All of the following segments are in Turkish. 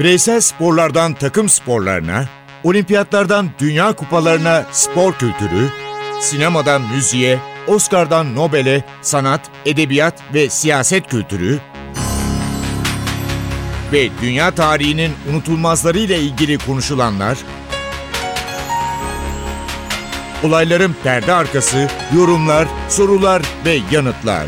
Bireysel sporlardan takım sporlarına, olimpiyatlardan dünya kupalarına spor kültürü, sinemadan müziğe, Oscar'dan Nobel'e sanat, edebiyat ve siyaset kültürü ve dünya tarihinin unutulmazlarıyla ilgili konuşulanlar, olayların perde arkası, yorumlar, sorular ve yanıtlar.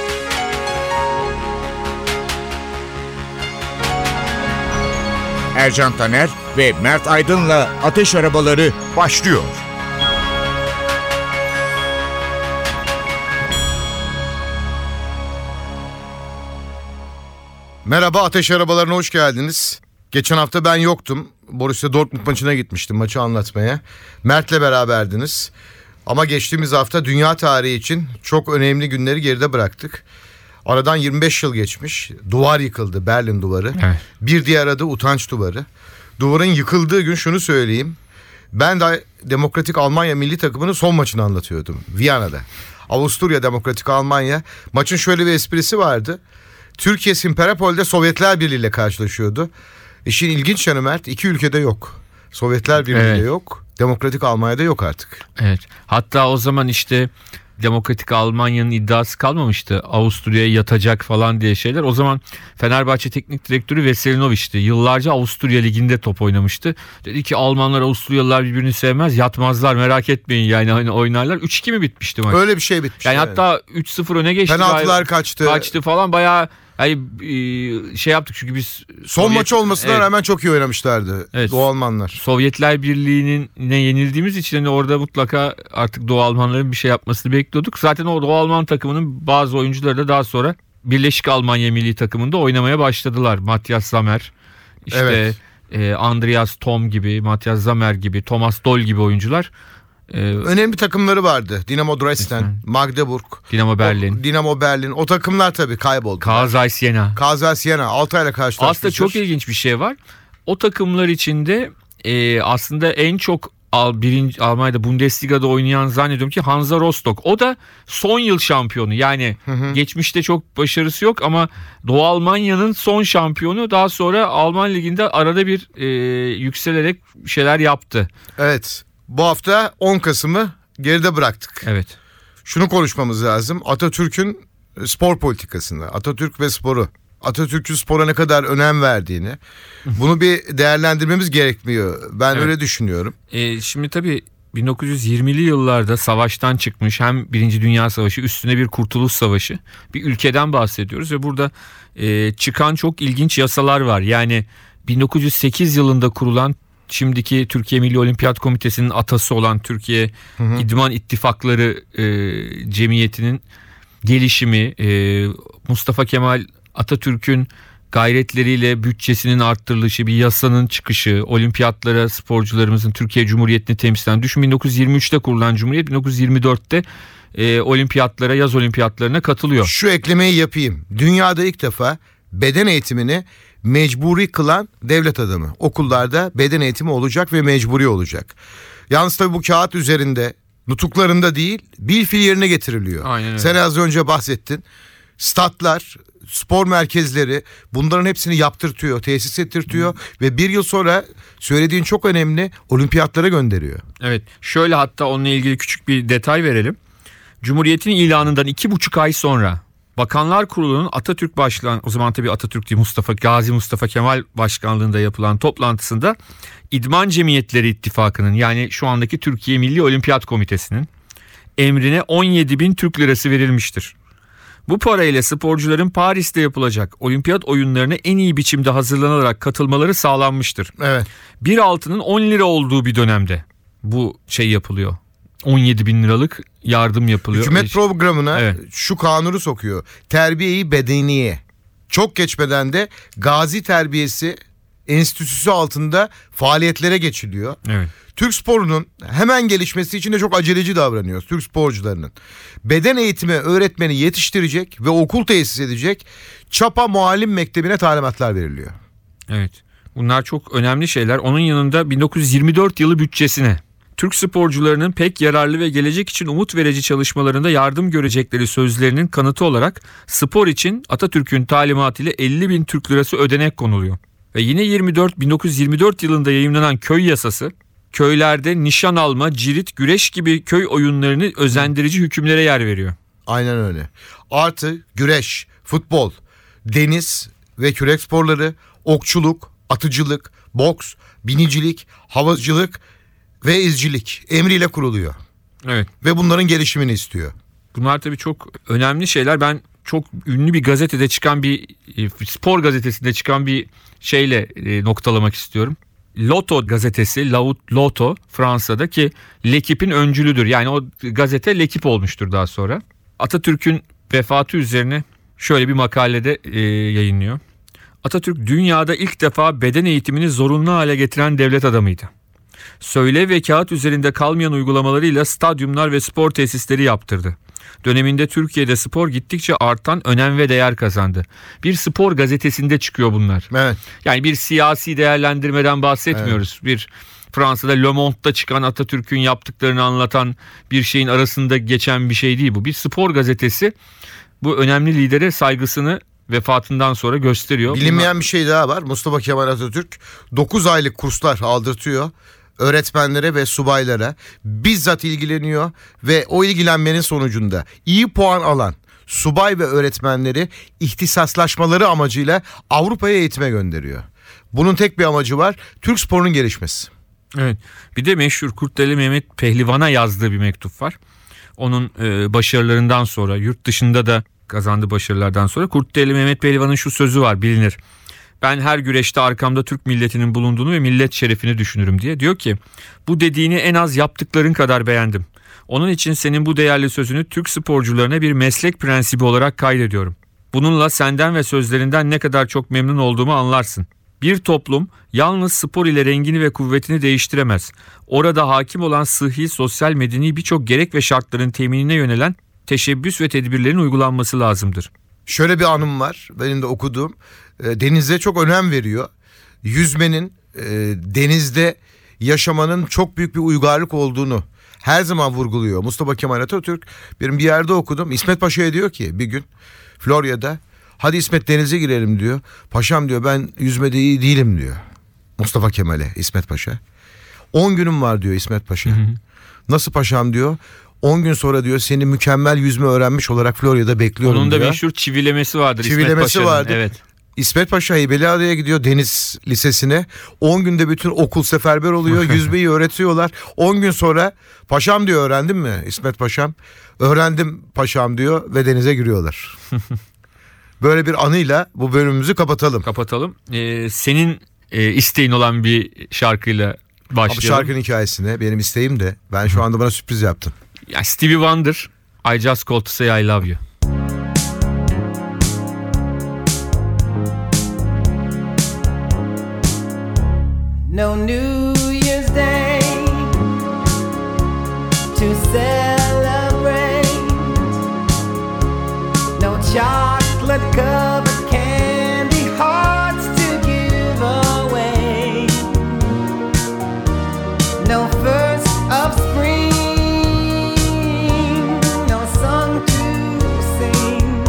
Ercan Taner ve Mert Aydın'la Ateş Arabaları başlıyor. Merhaba, Ateş Arabalarına hoş geldiniz. Geçen hafta ben yoktum. Borussia Dortmund maçına gitmiştim, maçı anlatmaya. Mert'le beraberdiniz. Ama geçtiğimiz hafta dünya tarihi için çok önemli günleri geride bıraktık. Aradan 25 yıl geçmiş. Duvar yıkıldı, Berlin Duvarı. Evet. Bir diğer adı Utanç Duvarı. Duvarın yıkıldığı gün şunu söyleyeyim. Ben de Demokratik Almanya milli takımının son maçını anlatıyordum Viyana'da. Avusturya Demokratik Almanya. Maçın şöyle bir esprisi vardı. Türkiye Simferopol'de Sovyetler Birliği ile karşılaşıyordu. İşin ilginç yanı Mert, iki ülkede yok. Sovyetler Birliği'de Evet. yok. Demokratik Almanya'da yok artık. Evet. Hatta o zaman işte Demokratik Almanya'nın iddiası kalmamıştı. Avusturya'ya yatacak falan diye şeyler. O zaman Fenerbahçe Teknik Direktörü Veselinoviç'ti. Yıllarca Avusturya Ligi'nde top oynamıştı. Dedi ki Almanlar Avusturyalılar birbirini sevmez. Yatmazlar, merak etmeyin yani hani oynarlar. 3-2 mi bitmişti maç? Öyle bir şey bitmiş. Yani evet. hatta 3-0 öne geçti. Penaltılar kaçtı. Kaçtı falan bayağı şey yaptık çünkü biz Son maçı olmasına rağmen çok iyi oynamışlardı. Evet. Doğu Almanlar. Sovyetler Birliği'ne yenildiğimiz için hani orada mutlaka artık Doğu Almanların bir şey yapmasını bekliyorduk. Zaten o Doğu Alman takımının bazı oyuncuları da daha sonra Birleşik Almanya milli takımında oynamaya başladılar. Matthias Sammer, işte Evet. Andreas Thom gibi, Matthias Sammer gibi, Thomas Doll gibi oyuncular. Önemli takımları vardı. Dinamo Dresden, Magdeburg, Dinamo Berlin. O takımlar tabii kayboldu. Kaza Siena. Kaza Siena 6 ayla karşılaşmıştır. Aslında çok ilginç bir şey var. O takımlar içinde aslında en çok Almanya'da Bundesliga'da oynayan zannediyorum ki Hansa Rostock. O da son yıl şampiyonu. Yani geçmişte çok başarısı yok ama Doğu Almanya'nın son şampiyonu. Daha sonra Alman Ligi'nde arada bir yükselerek şeyler yaptı. Evet. Bu hafta 10 Kasım'ı geride bıraktık. Evet. Şunu konuşmamız lazım. Atatürk'ün spor politikasını, Atatürk ve sporu, Atatürk'ün spora ne kadar önem verdiğini, bunu bir değerlendirmemiz gerekmiyor. Ben öyle düşünüyorum. Şimdi tabii 1920'li yıllarda savaştan çıkmış, hem Birinci Dünya Savaşı üstüne bir Kurtuluş Savaşı, bir ülkeden bahsediyoruz ve burada çıkan çok ilginç yasalar var. Yani 1908 yılında kurulan şimdiki Türkiye Milli Olimpiyat Komitesi'nin atası olan Türkiye İdman İttifakları Cemiyeti'nin gelişimi, Mustafa Kemal Atatürk'ün gayretleriyle bütçesinin arttırılışı, bir yasanın çıkışı, olimpiyatlara sporcularımızın Türkiye Cumhuriyeti'ni temsilen, düşün 1923'te kurulan Cumhuriyet 1924'te olimpiyatlara, yaz olimpiyatlarına katılıyor. Şu eklemeyi yapayım. Dünyada ilk defa beden eğitimini mecburi kılan devlet adamı. Okullarda beden eğitimi olacak ve mecburi olacak. Yalnız tabii bu kağıt üzerinde, nutuklarında değil, bilfiil yerine getiriliyor. Aynen öyle. Sen az önce bahsettin. Statlar, spor merkezleri, bunların hepsini yaptırtıyor, tesis ettirtiyor ve bir yıl sonra söylediğin çok önemli, olimpiyatlara gönderiyor. Evet, şöyle hatta onunla ilgili küçük bir detay verelim. Cumhuriyet'in ilanından 2,5 ay sonra Bakanlar Kurulu'nun Atatürk o zaman tabii Atatürk değil, Gazi Mustafa Kemal başkanlığında yapılan toplantısında İdman Cemiyetleri İttifakı'nın, yani şu andaki Türkiye Milli Olimpiyat Komitesi'nin emrine 17.000 Türk lirası verilmiştir. Bu parayla sporcuların Paris'te yapılacak olimpiyat oyunlarına en iyi biçimde hazırlanarak katılmaları sağlanmıştır. Evet. Bir altının 10 lira olduğu bir dönemde bu şey yapılıyor. 17.000 liralık yardım yapılıyor. Hükümet programına Evet. şu kanunu sokuyor. Terbiye-i bedeniye. Çok geçmeden de Gazi Terbiyesi Enstitüsü altında faaliyetlere geçiliyor. Evet. Türk sporunun hemen gelişmesi için de çok aceleci davranıyor Türk sporcularının. Beden eğitimi öğretmeni yetiştirecek ve okul tesis edecek Çapa Muallim Mektebi'ne talimatlar veriliyor. Evet. Bunlar çok önemli şeyler. Onun yanında 1924 yılı bütçesine Türk sporcularının pek yararlı ve gelecek için umut verici çalışmalarında yardım görecekleri sözlerinin kanıtı olarak spor için Atatürk'ün talimatıyla 50.000 Türk lirası ödenek konuluyor. Ve yine 1924 yılında yayımlanan köy yasası, köylerde nişan alma, cirit, güreş gibi köy oyunlarını özendirici hükümlere yer veriyor. Aynen öyle. Artı güreş, futbol, deniz ve kürek sporları, okçuluk, atıcılık, boks, binicilik, havacılık ve izcilik emriyle kuruluyor. Evet. Ve bunların gelişimini istiyor. Bunlar tabii çok önemli şeyler. Ben çok ünlü bir gazetede çıkan bir spor gazetesinde çıkan bir şeyle noktalamak istiyorum. Loto gazetesi, Loto Fransa'da ki L'Equipe'in öncülüdür. Yani o gazete L'Equipe olmuştur daha sonra. Atatürk'ün vefatı üzerine şöyle bir makalede yayınlıyor. Atatürk dünyada ilk defa beden eğitimini zorunlu hale getiren devlet adamıydı. Söyle ve kağıt üzerinde kalmayan uygulamalarıyla stadyumlar ve spor tesisleri yaptırdı. Döneminde Türkiye'de spor gittikçe artan önem ve değer kazandı. Bir spor gazetesinde çıkıyor bunlar. Evet. Yani bir siyasi değerlendirmeden bahsetmiyoruz. Evet. Bir Fransa'da Le Monde'da çıkan Atatürk'ün yaptıklarını anlatan bir şeyin arasında geçen bir şey değil bu. Bir spor gazetesi bu önemli lidere saygısını vefatından sonra gösteriyor. Bilinmeyen bir şey daha var. Mustafa Kemal Atatürk 9 aylık kurslar aldırtıyor öğretmenlere ve subaylara, bizzat ilgileniyor ve o ilgilenmenin sonucunda iyi puan alan subay ve öğretmenleri ihtisaslaşmaları amacıyla Avrupa'ya eğitime gönderiyor. Bunun tek bir amacı var: Türk sporunun gelişmesi. Evet. Bir de meşhur Kurtdeli Mehmet Pehlivan'a yazdığı bir mektup var. Onun başarılarından sonra, yurt dışında da kazandığı başarılardan sonra Kurtdeli Mehmet Pehlivan'ın şu sözü var, bilinir. Ben her güreşte arkamda Türk milletinin bulunduğunu ve millet şerefini düşünürüm diye. Diyor ki, bu dediğini en az yaptıkların kadar beğendim. Onun için senin bu değerli sözünü Türk sporcularına bir meslek prensibi olarak kaydediyorum. Bununla senden ve sözlerinden ne kadar çok memnun olduğumu anlarsın. Bir toplum yalnız spor ile rengini ve kuvvetini değiştiremez. Orada hakim olan sıhhi, sosyal, medeni birçok gerek ve şartların teminine yönelen teşebbüs ve tedbirlerin uygulanması lazımdır. Şöyle bir anım var, benim de okuduğum. Denize çok önem veriyor. Yüzmenin, denizde yaşamanın çok büyük bir uygarlık olduğunu her zaman vurguluyor Mustafa Kemal Atatürk. Benim bir yerde okudum. İsmet Paşa'ya diyor ki bir gün Florya'da, hadi İsmet denize girelim diyor. Paşam diyor, ben yüzmede iyi değilim diyor. Mustafa Kemal'e İsmet Paşa. 10 günüm var diyor İsmet Paşa. Nasıl paşam diyor. 10 gün sonra diyor seni mükemmel yüzme öğrenmiş olarak Florya'da bekliyorum Onun da diyor. meşhur çivilemesi vardır. Çivilemesi vardır. Evet. İsmet Paşa Heybeliada'ya gidiyor, deniz lisesine. 10 günde bütün okul seferber oluyor. Yüzmeyi öğretiyorlar. 10 gün sonra paşam diyor, öğrendin mi İsmet Paşam? Öğrendim paşam diyor ve denize giriyorlar. Böyle bir anıyla bu bölümümüzü kapatalım. Senin isteğin olan bir şarkıyla başlayalım. Bu şarkının hikayesine benim isteğim de, ben şu anda bana sürpriz yaptın. Ya Stevie Wonder, I Just Called to Say I Love You. No New Year's Day to celebrate. No chocolate covered candy hearts to give away. No first of spring, no song to sing.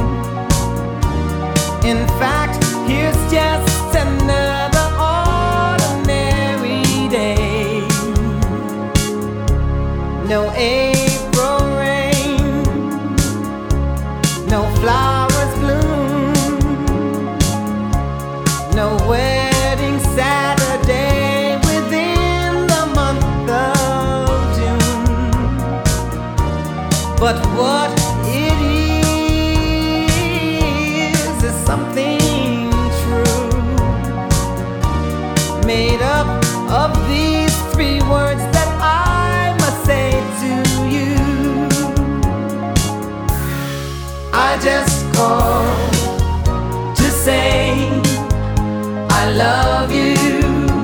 In fact, here's just another no April rain, no flowers bloom, no wedding Saturday within the month of June. But what it is something true, made up of these three words that I must say to you. I just called to say I love you.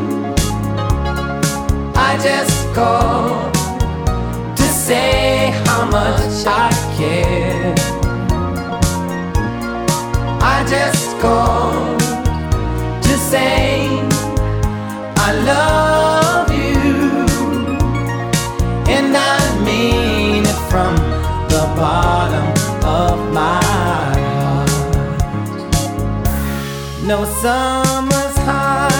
I just called to say how much I care. I just called to say I love you, and I mean it from the bottom of my heart. No summer's high,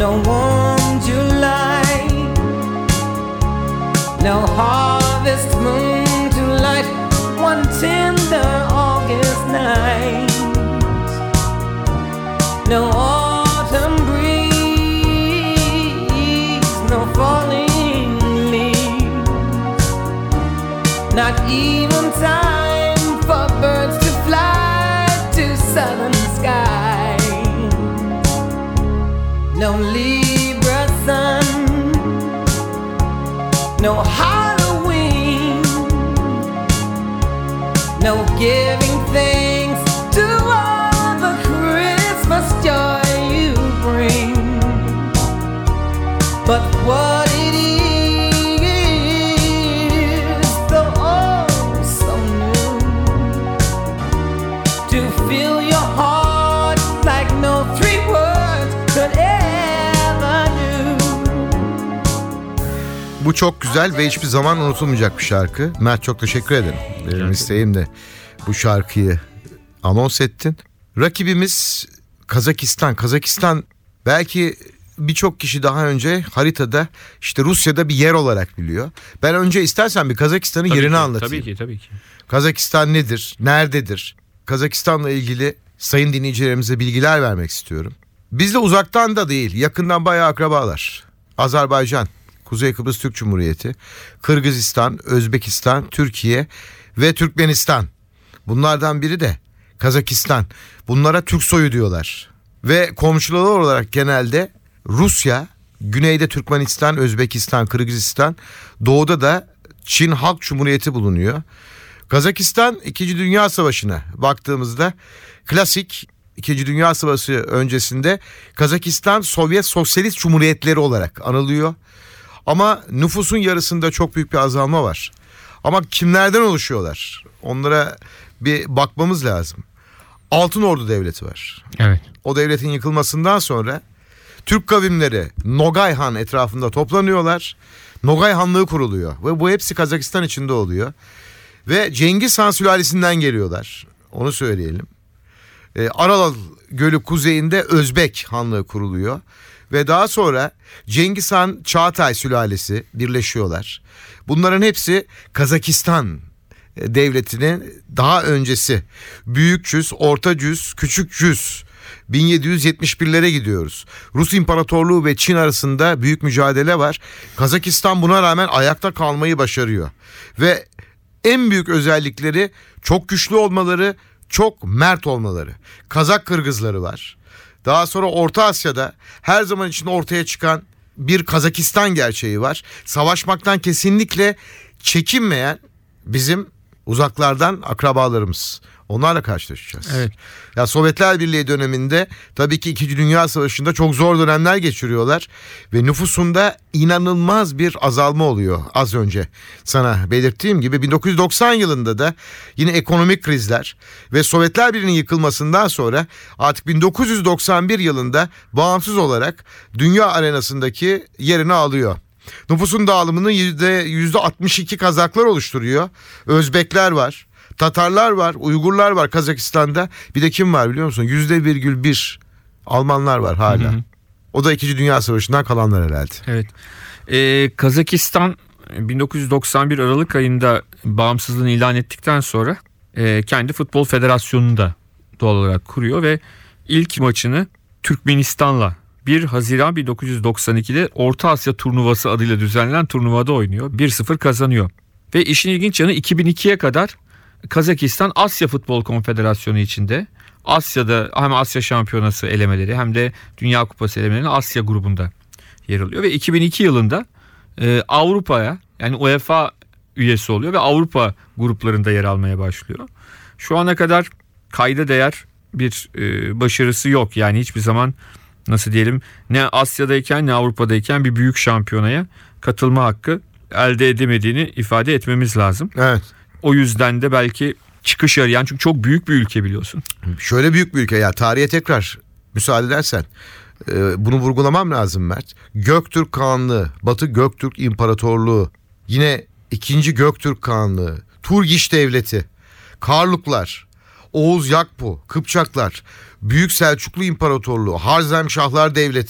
no warm July, no harvest moon to light one tender August night, no autumn breeze, no falling leaves, not even time for birds to fly to southern skies, no Libra sun, no Halloween, no giving thanks to all the Christmas joy you bring. But what it is, though oh so new, to fill your heart like no three words could ever do. Bu çok güzel ve hiçbir zaman unutulmayacak bir şarkı. Mert, çok teşekkür ederim. Benim isteğim de bu şarkıyı anons ettin. Rakibimiz Kazakistan. Kazakistan belki birçok kişi daha önce haritada işte Rusya'da bir yer olarak biliyor. Ben önce istersen bir Kazakistan'ın yerini anlatayım. Tabii ki. Kazakistan nedir? Nerededir? Kazakistan'la ilgili sayın dinleyicilerimize bilgiler vermek istiyorum. Bizle uzaktan da değil, yakından bayağı akrabalar. Azerbaycan, Kuzey Kıbrıs Türk Cumhuriyeti, Kırgızistan, Özbekistan, Türkiye ve Türkmenistan. Bunlardan biri de Kazakistan. Bunlara Türk soyu diyorlar. Ve komşuları olarak genelde Rusya, güneyde Türkmenistan, Özbekistan, Kırgızistan, doğuda da Çin Halk Cumhuriyeti bulunuyor. Kazakistan 2. Dünya Savaşı'na baktığımızda klasik 2. Dünya Savaşı öncesinde Kazakistan Sovyet Sosyalist Cumhuriyetleri olarak anılıyor. Ama nüfusun yarısında çok büyük bir azalma var. Ama kimlerden oluşuyorlar? Onlara bir bakmamız lazım. Altın Ordu Devleti var. Evet. O devletin yıkılmasından sonra Türk kavimleri Nogay Han etrafında toplanıyorlar. Nogay Hanlığı kuruluyor ve bu hepsi Kazakistan içinde oluyor. Ve Cengiz Han sülalesinden geliyorlar. Onu söyleyelim. Aral Gölü kuzeyinde Özbek Hanlığı kuruluyor. Ve daha sonra Cengiz Han Çağatay sülalesi birleşiyorlar. Bunların hepsi Kazakistan devletinin daha öncesi. Büyük Cüz, Orta Cüz, Küçük Cüz. 1771'lere gidiyoruz. Rus İmparatorluğu ve Çin arasında büyük mücadele var. Kazakistan buna rağmen ayakta kalmayı başarıyor. Ve en büyük özellikleri çok güçlü olmaları, çok mert olmaları. Kazak Kırgızları var. Daha sonra Orta Asya'da her zaman için ortaya çıkan bir Kazakistan gerçeği var. Savaşmaktan kesinlikle çekinmeyen bizim uzaklardan akrabalarımız. Onlarla karşılaşacağız. Evet. Ya Sovyetler Birliği döneminde tabii ki 2. Dünya Savaşı'nda çok zor dönemler geçiriyorlar ve nüfusunda inanılmaz bir azalma oluyor. Az önce sana belirttiğim gibi 1990 yılında da yine ekonomik krizler ve Sovyetler Birliği'nin yıkılmasından sonra artık 1991 yılında bağımsız olarak dünya arenasındaki yerini alıyor. Nüfusun dağılımını %62 Kazaklar oluşturuyor. Özbekler var. Tatarlar var, Uygurlar var Kazakistan'da. Bir de kim var biliyor musun? %1,1 Almanlar var hala. O da 2. Dünya Savaşı'ndan kalanlar herhalde. Evet. Kazakistan 1991 Aralık ayında bağımsızlığını ilan ettikten sonra kendi futbol federasyonunu da doğal olarak kuruyor ve ilk maçını Türkmenistan'la 1 Haziran 1992'de Orta Asya Turnuvası adıyla düzenlenen turnuvada oynuyor. 1-0 kazanıyor. Ve işin ilginç yanı 2002'ye kadar Kazakistan Asya Futbol Konfederasyonu içinde Asya'da hem Asya Şampiyonası elemeleri hem de Dünya Kupası elemelerinin Asya grubunda yer alıyor. Ve 2002 yılında Avrupa'ya, yani UEFA üyesi oluyor ve Avrupa gruplarında yer almaya başlıyor. Şu ana kadar kayda değer bir başarısı yok. Yani hiçbir zaman nasıl diyelim ne Asya'dayken ne Avrupa'dayken bir büyük şampiyonaya katılma hakkı elde edemediğini ifade etmemiz lazım. Evet. O yüzden de belki çıkış arayan, çünkü çok büyük bir ülke biliyorsun. Şöyle büyük bir ülke ya, tarihe tekrar müsaade edersen bunu vurgulamam lazım Mert. Göktürk Kağanlığı, Batı Göktürk İmparatorluğu, yine 2. Göktürk Kağanlığı, Turgiş Devleti, Karluklar, Oğuz Yakbu, Kıpçaklar, Büyük Selçuklu İmparatorluğu, Harzemşahlar Devleti.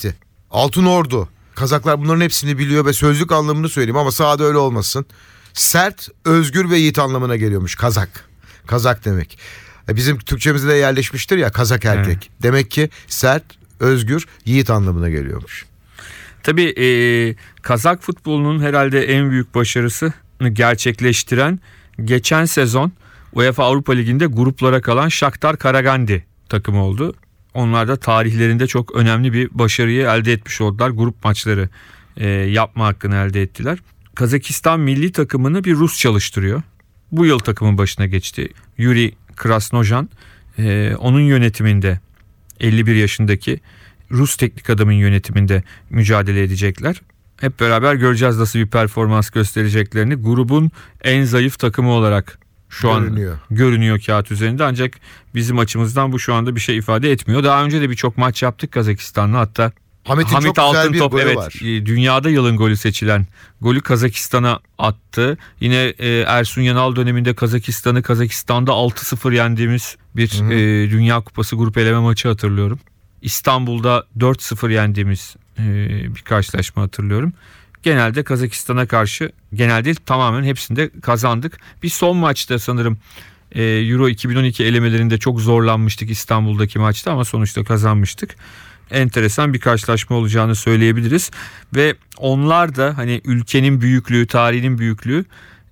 Altın Ordu. Kazaklar bunların hepsini biliyor ve sözlük anlamını söyleyeyim ama sahada öyle olmasın. Sert, özgür ve yiğit anlamına geliyormuş Kazak. Kazak demek. Bizim Türkçemizde de yerleşmiştir ya Kazak erkek. Evet. Demek ki sert, özgür, yiğit anlamına geliyormuş. Tabii Kazak futbolunun herhalde en büyük başarısını gerçekleştiren geçen sezon UEFA Avrupa Ligi'nde gruplara kalan Shakhtar Karagandi takımı oldu. Onlar da tarihlerinde çok önemli bir başarıyı elde etmiş oldular. Grup maçları yapma hakkını elde ettiler. Kazakistan milli takımını bir Rus çalıştırıyor. Bu yıl takımın başına geçti. Yuri Krasnojan. Onun yönetiminde 51 yaşındaki Rus teknik adamın yönetiminde mücadele edecekler. Hep beraber göreceğiz nasıl bir performans göstereceklerini. Grubun en zayıf takımı olarak şu an görünüyor kağıt üzerinde, ancak bizim açımızdan bu şu anda bir şey ifade etmiyor. Daha önce de birçok maç yaptık Kazakistan'la. Hatta Hamit Altıntop, evet, var. Dünyada yılın golü seçilen golü Kazakistan'a attı. Yine Ersun Yanal döneminde Kazakistan'da 6-0 yendiğimiz bir Dünya Kupası grup eleme maçı hatırlıyorum. İstanbul'da 4-0 yendiğimiz bir karşılaşma hatırlıyorum. Genelde Kazakistan'a karşı, genelde tamamen hepsinde kazandık. Bir son maçta sanırım Euro 2012 elemelerinde çok zorlanmıştık İstanbul'daki maçta ama sonuçta kazanmıştık. Enteresan bir karşılaşma olacağını söyleyebiliriz. Ve onlar da hani ülkenin büyüklüğü, tarihinin büyüklüğü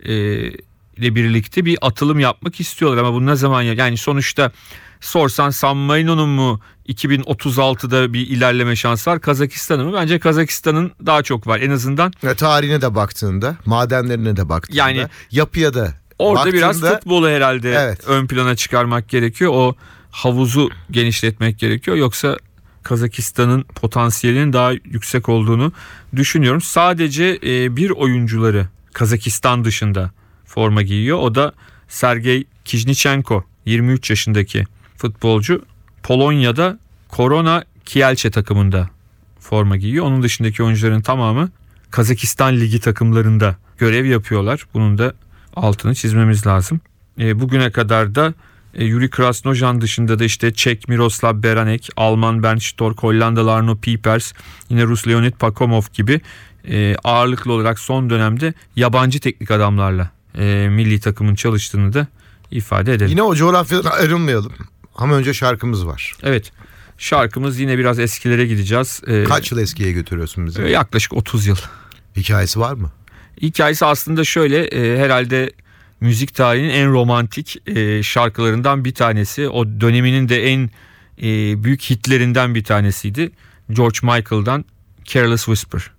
ile birlikte bir atılım yapmak istiyorlar. Ama bu ne zaman yani sonuçta sorsan San Marino'nun mu 2036'da bir ilerleme şansı var, Kazakistan'ın mı? Bence Kazakistan'ın daha çok var. En azından tarihine de baktığında, madenlerine de baktığında, yani yapıya da orada baktığında, biraz futbolu herhalde evet, ön plana çıkarmak gerekiyor. O havuzu genişletmek gerekiyor. Yoksa Kazakistan'ın potansiyelinin daha yüksek olduğunu düşünüyorum. Sadece bir oyuncuları Kazakistan dışında forma giyiyor. O da Sergey Kiznichenko, 23 yaşındaki futbolcu. Polonya'da Korona Kielce takımında forma giyiyor. Onun dışındaki oyuncuların tamamı Kazakistan Ligi takımlarında görev yapıyorlar. Bunun da altını çizmemiz lazım. Bugüne kadar da Yuri Krasnojan dışında da işte Çek Miroslav Beranek, Alman Bernd Stork, Hollandalı Arno Piepers, yine Rus Leonid Pakomov gibi ağırlıklı olarak son dönemde yabancı teknik adamlarla milli takımın çalıştığını da ifade edelim. Yine o coğrafyadan ayrılmayalım. Ama önce şarkımız var. Evet. Şarkımız yine biraz eskilere gideceğiz. Kaç yıl eskiye götürüyorsun bizi? Yaklaşık 30 yıl. Hikayesi var mı? Hikayesi aslında şöyle, herhalde müzik tarihinin en romantik şarkılarından bir tanesi. O döneminin de en büyük hitlerinden bir tanesiydi. George Michael'dan Careless Whisper.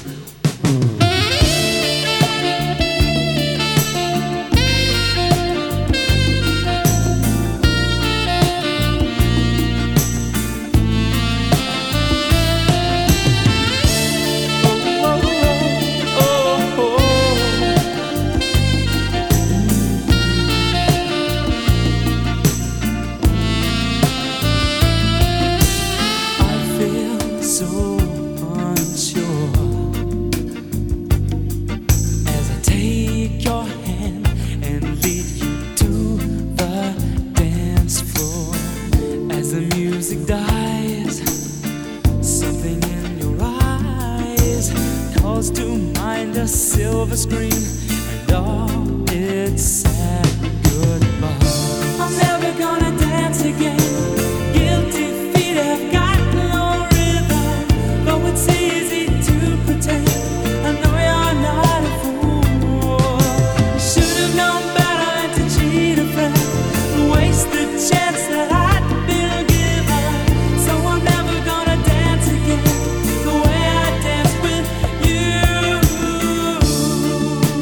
Silver screen and all its sad goodbye. I'm never gonna dance again. Guilty feet have got no rhythm. Though it's easy to pretend, I know you're not a fool. You should have known better to cheat a friend, waste the chance that I'd been given. So I'm never gonna dance again the way I danced with you.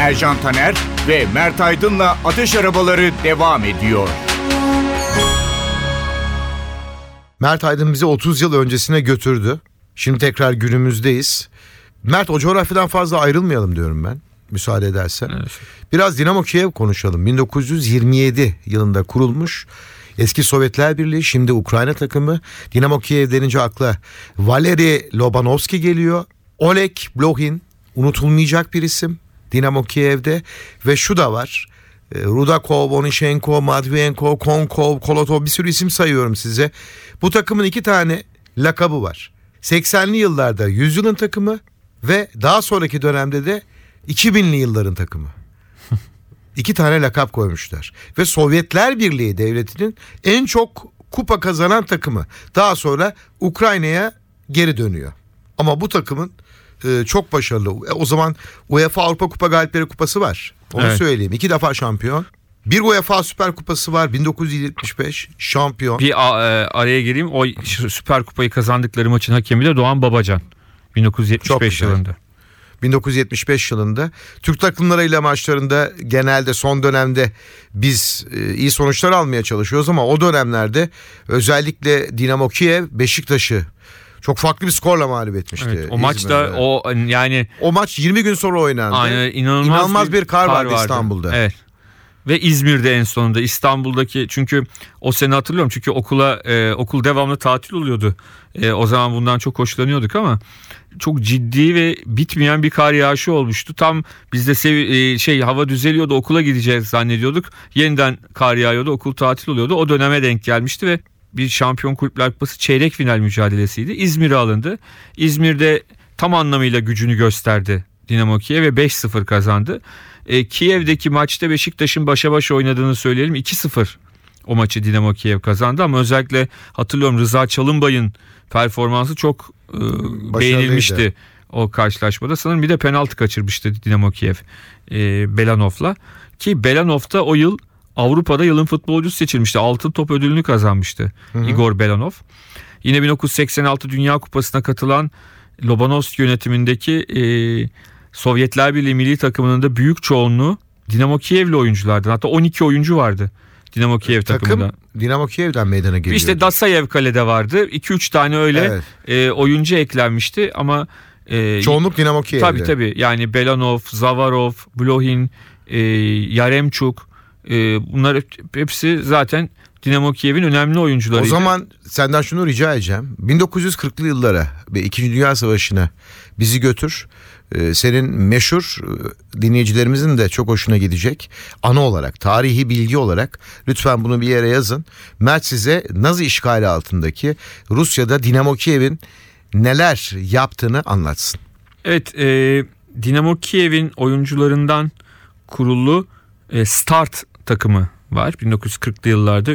Ercan Taner ve Mert Aydın'la Ateş Arabaları devam ediyor. Mert Aydın bizi 30 yıl öncesine götürdü. Şimdi tekrar günümüzdeyiz. Mert, o coğrafyadan fazla ayrılmayalım diyorum ben. Müsaade edersen. Evet. Biraz Dinamo Kiev konuşalım. 1927 yılında kurulmuş. Eski Sovyetler Birliği, şimdi Ukrayna takımı. Dinamo Kiev denince akla Valeri Lobanovski geliyor. Oleg Blokhin, unutulmayacak bir isim Dinamo Kiev'de. Ve şu da var. Rudakov, Onyshenko, Matvienko, Konkov, Kolotov, bir sürü isim sayıyorum size. Bu takımın 2 tane lakabı var. 80'li yıllarda 100 yılın takımı ve daha sonraki dönemde de 2000'li yılların takımı. 2 tane lakap koymuşlar. Ve Sovyetler Birliği devletinin en çok kupa kazanan takımı. Daha sonra Ukrayna'ya geri dönüyor. Ama bu takımın çok başarılı. O zaman UEFA Avrupa Kupa Galipleri Kupası var. Onu Evet. söyleyeyim. 2 defa şampiyon. Bir UEFA Süper Kupası var, 1975 şampiyon. Bir araya gireyim. O Süper Kupayı kazandıkları maçın hakemi de Doğan Babacan. Çok 1975 güzel. yılında. 1975 yılında Türk takımlarıyla maçlarında genelde son dönemde biz iyi sonuçlar almaya çalışıyoruz ama o dönemlerde özellikle Dinamo Kiev Beşiktaş'ı çok farklı bir skorla mağlup etmişti. Evet, o maçta İzmir'de. o maç 20 gün sonra oynandı. aynen, İnanılmaz bir kar vardı İstanbul'da. Evet. Ve İzmir'de en sonunda, İstanbul'daki, çünkü o sene hatırlıyorum, çünkü okul devamlı tatil oluyordu. O zaman bundan çok hoşlanıyorduk ama çok ciddi ve bitmeyen bir kar yağışı olmuştu. Tam biz de hava düzeliyordu, okula gideceğiz zannediyorduk. Yeniden kar yağıyordu, okul tatil oluyordu. O döneme denk gelmişti ve bir Şampiyon Kulüpler Kupası çeyrek final mücadelesiydi. İzmir'e alındı. İzmir'de tam anlamıyla gücünü gösterdi Dinamo Kiev ve 5-0 kazandı. Kiev'deki maçta Beşiktaş'ın başa baş oynadığını söyleyelim. 2-0 o maçı Dinamo Kiev kazandı ama özellikle hatırlıyorum Rıza Çalınbay'ın performansı çok beğenilmişti o karşılaşmada. Sanırım bir de penaltı kaçırmıştı Dinamo Kiev Belanov'la. Ki Belanov da o yıl Avrupa'da yılın futbolcusu seçilmişti. Altın Top ödülünü kazanmıştı Igor Belanov. Yine 1986 Dünya Kupası'na katılan Lobanovski yönetimindeki Sovyetler Birliği milli takımının da büyük çoğunluğu Dinamo Kiev'li oyunculardı. Hatta 12 oyuncu vardı Dinamo Kiev takımında. Takım Dinamo Kiev'den meydana geliyor. İşte Dasayev kalede vardı. 2-3 tane öyle oyuncu eklenmişti ama çoğunluk Dinamo Kiev'de. Tabii yani Belanov, Zavarov, Blokhin, Yaremchuk, bunlar hepsi zaten Dinamo Kiev'in önemli oyuncularıydı. O zaman senden şunu rica edeceğim. 1940'lı yıllara ve 2. Dünya Savaşı'na bizi götür. Senin meşhur, dinleyicilerimizin de çok hoşuna gidecek anı olarak, tarihi bilgi olarak lütfen bunu bir yere yazın. Mert size Nazi işgali altındaki Rusya'da Dinamo Kiev'in neler yaptığını anlatsın. Evet, Dinamo Kiev'in oyuncularından kurulu Start takımı var. 1940'lı yıllarda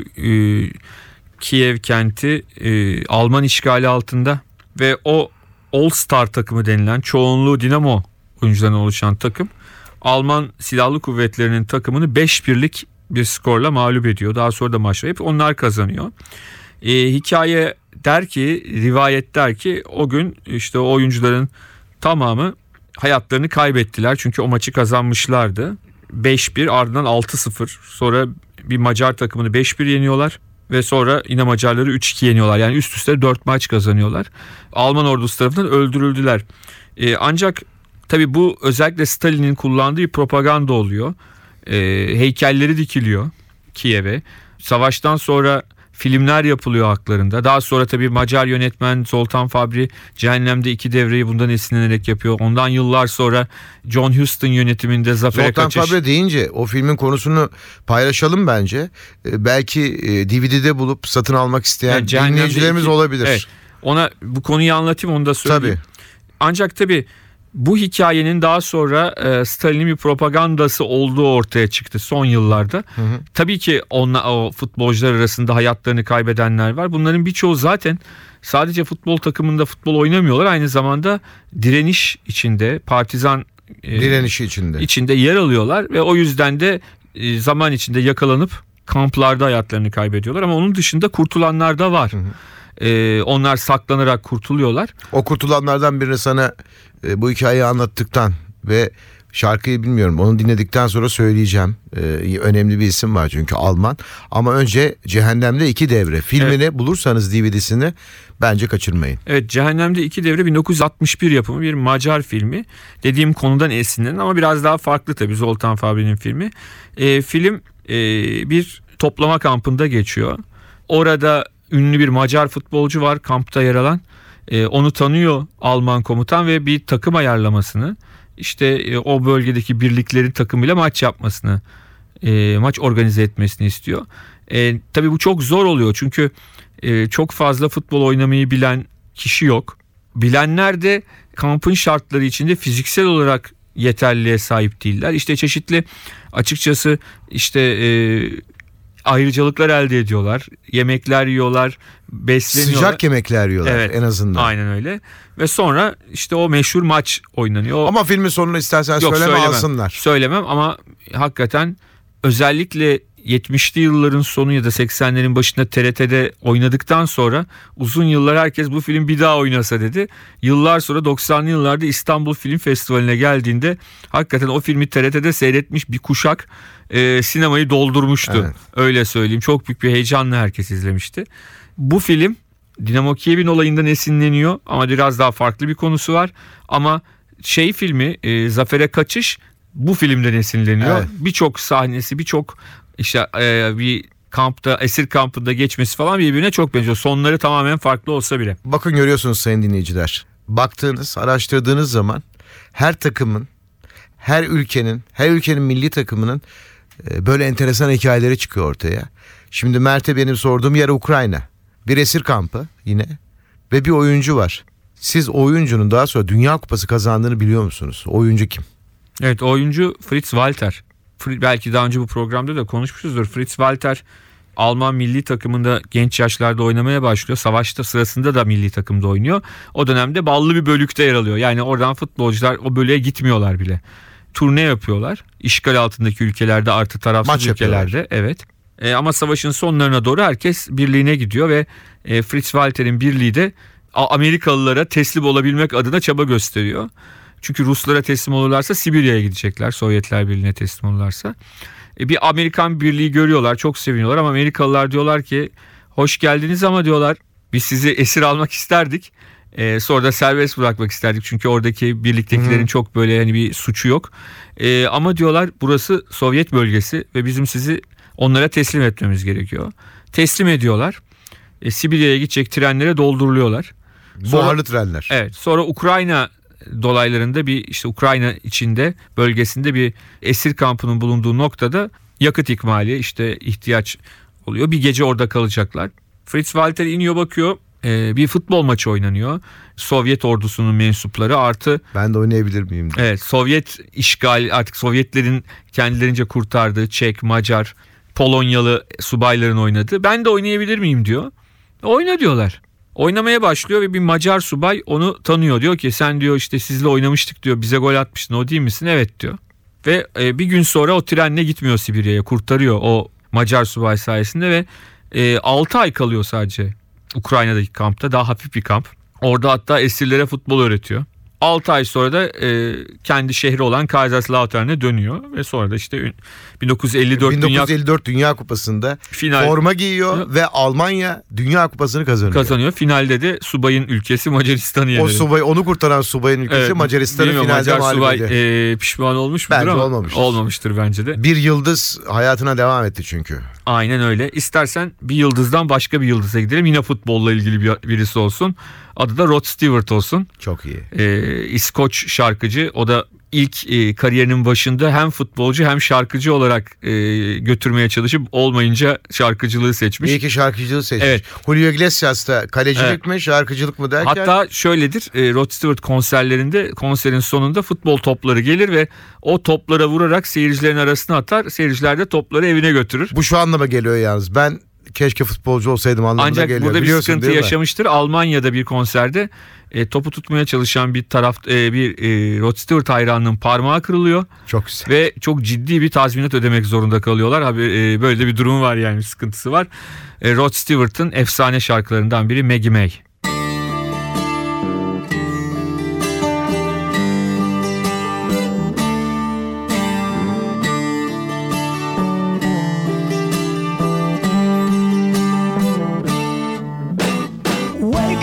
Kiev kenti Alman işgali altında ve o All Star takımı denilen çoğunluğu Dinamo oyuncularından oluşan takım Alman Silahlı Kuvvetleri'nin takımını 5-1'lik bir skorla mağlup ediyor. Daha sonra da maçları hep onlar kazanıyor. Hikaye der ki, rivayet der ki o gün işte o oyuncuların tamamı hayatlarını kaybettiler. Çünkü o maçı kazanmışlardı. 5-1 ardından 6-0, sonra bir Macar takımını 5-1 yeniyorlar. Ve sonra yine Macarları 3-2 yeniyorlar. Yani üst üste 4 maç kazanıyorlar. Alman ordusu tarafından öldürüldüler. Ancak tabii bu özellikle Stalin'in kullandığı propaganda oluyor. Heykelleri dikiliyor Kiev'e. Savaştan sonra filmler yapılıyor haklarında. Daha sonra tabii Macar yönetmen Zoltán Fabri Cehennem'de 2 devreyi bundan esinlenerek yapıyor. Ondan yıllar sonra John Huston yönetiminde Zafer'e Kaçış. Zoltán Fabri deyince o filmin konusunu paylaşalım bence. Belki DVD'de bulup satın almak isteyen dinleyicilerimiz olabilir. Evet, ona bu konuyu anlatayım, onu da söyleyeyim. Tabii. Ancak tabii bu hikayenin daha sonra Stalin'in bir propagandası olduğu ortaya çıktı son yıllarda. Tabii ki o futbolcular arasında hayatlarını kaybedenler var. Bunların birçoğu zaten sadece futbol takımında futbol oynamıyorlar. Aynı zamanda direniş içinde, partizan direnişi içinde yer alıyorlar ve o yüzden de zaman içinde yakalanıp kamplarda hayatlarını kaybediyorlar. Ama onun dışında kurtulanlar da var. Onlar saklanarak kurtuluyorlar. O kurtulanlardan birini sana bu hikayeyi anlattıktan ve Şarkıyı bilmiyorum. Onu dinledikten sonra söyleyeceğim. Önemli bir isim var çünkü Alman. Ama önce Cehennemde 2 Devre filmini bulursanız DVD'sini bence kaçırmayın. Evet, Cehennemde 2 Devre 1961 yapımı bir Macar filmi. Dediğim konudan esinlenen ama biraz daha farklı tabii, Zoltán Fábri'nin filmi. Film bir toplama kampında geçiyor. Orada ünlü bir Macar futbolcu var kampta yer alan. Onu tanıyor Alman komutan ve bir takım ayarlamasını, işte o bölgedeki birliklerin takımıyla maç yapmasını, maç organize etmesini istiyor. Tabii bu çok zor oluyor çünkü çok fazla futbol oynamayı bilen kişi yok. Bilenler de kampın şartları içinde fiziksel olarak yeterliliğe sahip değiller. İşte çeşitli, açıkçası işte ayrıcalıklar elde ediyorlar. Yemekler yiyorlar, besleniyorlar. Sıcak yemekler yiyorlar, evet, en azından. Aynen öyle. Ve sonra işte o meşhur maç oynanıyor. Ama filmin sonunu istersen söyleme, alsınlar. Söylemem ama hakikaten özellikle 70'li yılların sonu ya da 80'lerin başında TRT'de oynadıktan sonra uzun yıllar herkes bu film bir daha oynasa dedi. Yıllar sonra 90'lı yıllarda İstanbul Film Festivali'ne geldiğinde hakikaten o filmi TRT'de seyretmiş bir kuşak sinemayı doldurmuştu. Evet. Öyle söyleyeyim. Çok büyük bir heyecanla herkes izlemişti. Bu film Dinamo Kiev'in olayından esinleniyor ama biraz daha farklı bir konusu var. Ama filmi Zafer'e Kaçış bu filmden esinleniyor. Evet. Birçok sahnesi, birçok işte bir kampta, esir kampında geçmesi falan birbirine çok benziyor. Sonları tamamen farklı olsa bile. Bakın, görüyorsunuz sayın dinleyiciler. Baktığınız, araştırdığınız zaman her takımın, her ülkenin milli takımının böyle enteresan hikayeleri çıkıyor ortaya. Şimdi Mert'e benim sorduğum yer Ukrayna. Bir esir kampı yine ve bir oyuncu var. Siz oyuncunun daha sonra Dünya Kupası kazandığını biliyor musunuz? Oyuncu kim? Evet, oyuncu Fritz Walter. Belki daha önce bu programda da konuşmuşuzdur. Fritz Walter Alman milli takımında genç yaşlarda oynamaya başlıyor. Savaşta sırasında da milli takımda oynuyor. O dönemde ballı bir bölükte yer alıyor. Yani oradan futbolcular o bölüğe gitmiyorlar bile. Turne yapıyorlar. İşgal altındaki ülkelerde, artı tarafsız maç ülkelerde. Yapıyorlar. Evet. Ama savaşın sonlarına doğru herkes birliğine gidiyor ve Fritz Walter'in birliği de Amerikalılara teslim olabilmek adına çaba gösteriyor. Çünkü Ruslara teslim olurlarsa Sibirya'ya gidecekler. Sovyetler Birliği'ne teslim olurlarsa. Bir Amerikan birliği görüyorlar. Çok seviniyorlar ama Amerikalılar diyorlar ki hoş geldiniz ama diyorlar biz sizi esir almak isterdik. Sonra da serbest bırakmak isterdik. Çünkü oradaki birliktekilerin çok böyle hani bir suçu yok. Ama diyorlar burası Sovyet bölgesi ve bizim sizi onlara teslim etmemiz gerekiyor. Teslim ediyorlar. Sibirya'ya gidecek trenlere dolduruluyorlar. Buharlı trenler. Evet. Sonra Ukrayna dolaylarında bir işte Ukrayna içinde bölgesinde bir esir kampının bulunduğu noktada yakıt ikmali, işte ihtiyaç oluyor. Bir gece orada kalacaklar. Fritz Walter iniyor, bakıyor. Bir futbol maçı oynanıyor. Sovyet ordusunun mensupları artı... Ben de oynayabilir miyim? Evet, Sovyet işgal, artık Sovyetlerin kendilerince kurtardığı Çek, Macar, Polonyalı subayların oynadığı. Ben de oynayabilir miyim diyor. Oyna diyorlar. Oynamaya başlıyor ve bir Macar subay onu tanıyor. Diyor ki sen diyor işte sizle oynamıştık diyor. Bize gol atmıştın, o değil misin? Evet diyor. Ve bir gün sonra o trenle gitmiyor Sibirya'ya. Kurtarıyor o Macar subay sayesinde ve 6 ay kalıyor sadece Ukrayna'daki kampta. Daha hafif bir kamp. Orada hatta esirlere futbol öğretiyor. 6 ay sonra da kendi şehri olan Kaiserslautern'e dönüyor ve sonra da işte 1954 Dünya Kupası'nda final forma giyiyor ve Almanya Dünya Kupası'nı kazanıyor. Finalde de subayın ülkesi Macaristan'ı yeniliyor. O subay, onu kurtaran subayın ülkesi Macaristan'ı finalde Macar mağlup subay ediyor. pişman olmuş mudur Bence ama olmamıştır bence de. Bir yıldız hayatına devam etti çünkü. Aynen öyle. İstersen bir yıldızdan başka bir yıldıza gidelim. Yine futbolla ilgili birisi olsun. Adı da Rod Stewart olsun. Çok iyi. İskoç şarkıcı. O da ilk kariyerinin başında hem futbolcu hem şarkıcı olarak götürmeye çalışıp olmayınca şarkıcılığı seçmiş. İyi ki şarkıcılığı seçmiş. Evet. Julio Iglesias da kalecilik mi şarkıcılık mı derken. Hatta şöyledir, Rod Stewart konserlerinde, konserin sonunda futbol topları gelir ve o toplara vurarak seyircilerin arasına atar. Seyirciler de topları evine götürür. Bu şu anlama geliyor yalnız. Ben keşke futbolcu olsaydım anlamına Ancak geliyor. burada bir Biliyorsun, sıkıntı yaşamıştır. Almanya'da bir konserde topu tutmaya çalışan bir Rod Stewart hayranının parmağı kırılıyor. Çok güzel. Ve çok ciddi bir tazminat ödemek zorunda kalıyorlar. Böyle de bir durum var, yani sıkıntısı var. Rod Stewart'ın efsane şarkılarından biri Maggie May.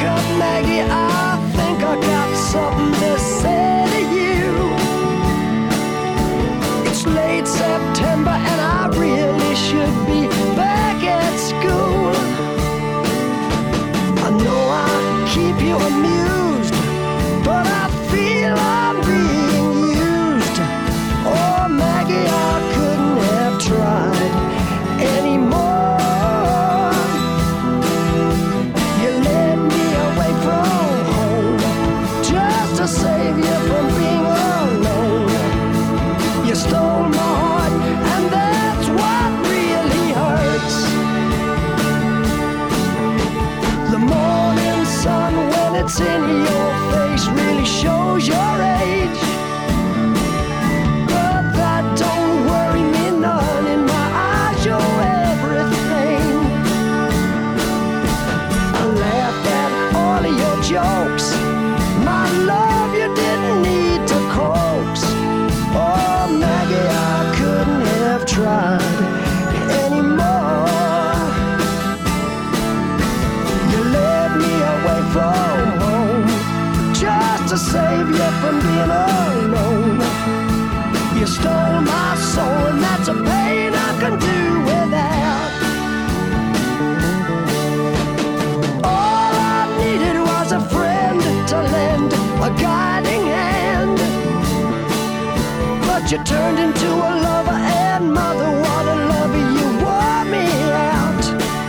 up, Maggie, I think I got something to say to you. It's late September and I really should be back at school. I know I keep you amused, but I feel I'm being used. Oh, Maggie, I couldn't have tried anymore. You led me away from home just to save you from being alone. You stole my heart, and that's what really hurts. The morning sun, when it's in your face, really shows your age. But that don't worry me none. In my eyes, you're everything. I laughed at all of your jokes. My love, you didn't need to coax. Oh, Maggie, I couldn't have tried anymore. You led me away from home just to save you from being alone. You stole my soul, and that's a pain I can do without. All I needed was a friend to lend a guiding hand. But you turned into a lover, and mother, what a lover, you wore me out.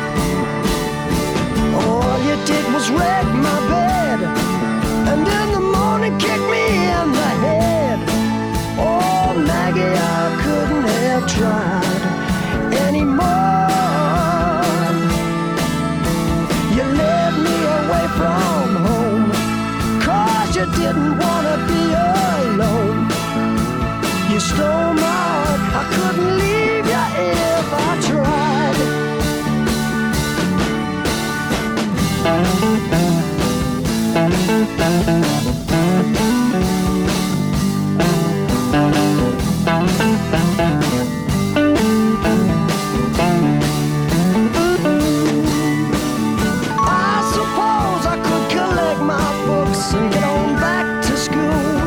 All you did was wreck my bed, and in the morning kick me in the head. Oh, Maggie, I couldn't have tried anymore. You led me away from home, 'cause you didn't want to be alone. You stole my heart, I couldn't leave you if I tried. I suppose I could collect my books and get on back to school,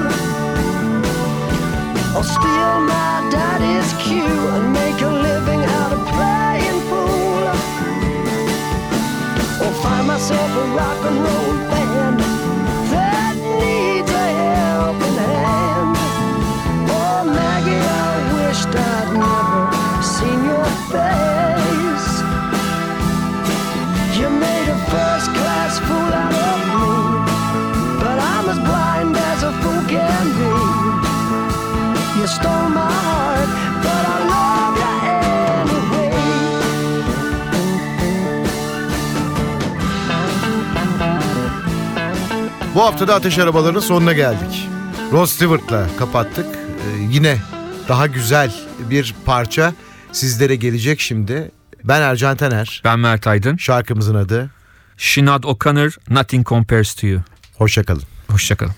or steal my daddy's cue and make a living out of playing fool, or find myself a rock and roll band that needs a helping hand. Oh, Maggie, I wished I'd never seen your face. You made a first-class fool out of me, but I'm as blind as a fool can be. You stole my heart, but I love you anyway. Bu hafta da Ateş Arabaları'nın sonuna geldik. Rod Stewart'la kapattık. Yine daha güzel bir parça sizlere gelecek şimdi. Ben Ercan Taner. Ben Mert Aydın. Şarkımızın adı Sinead O'Connor, Nothing Compares to You. Hoşçakalın. Hoşçakalın.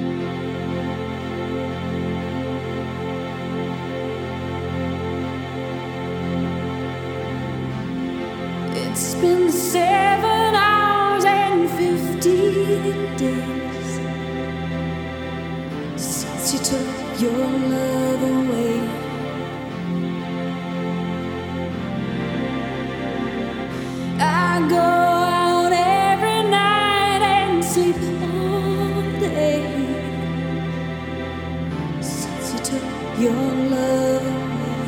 It's been 7 hours and 15 days since you took your love away. I go out every night and sleep all day since you took your love away.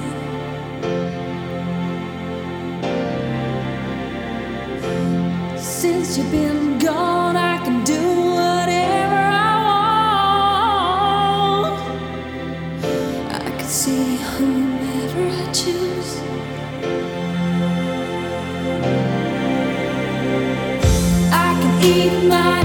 Since you've been gone, I can do whatever I want. I can see whomever I choose. I can eat my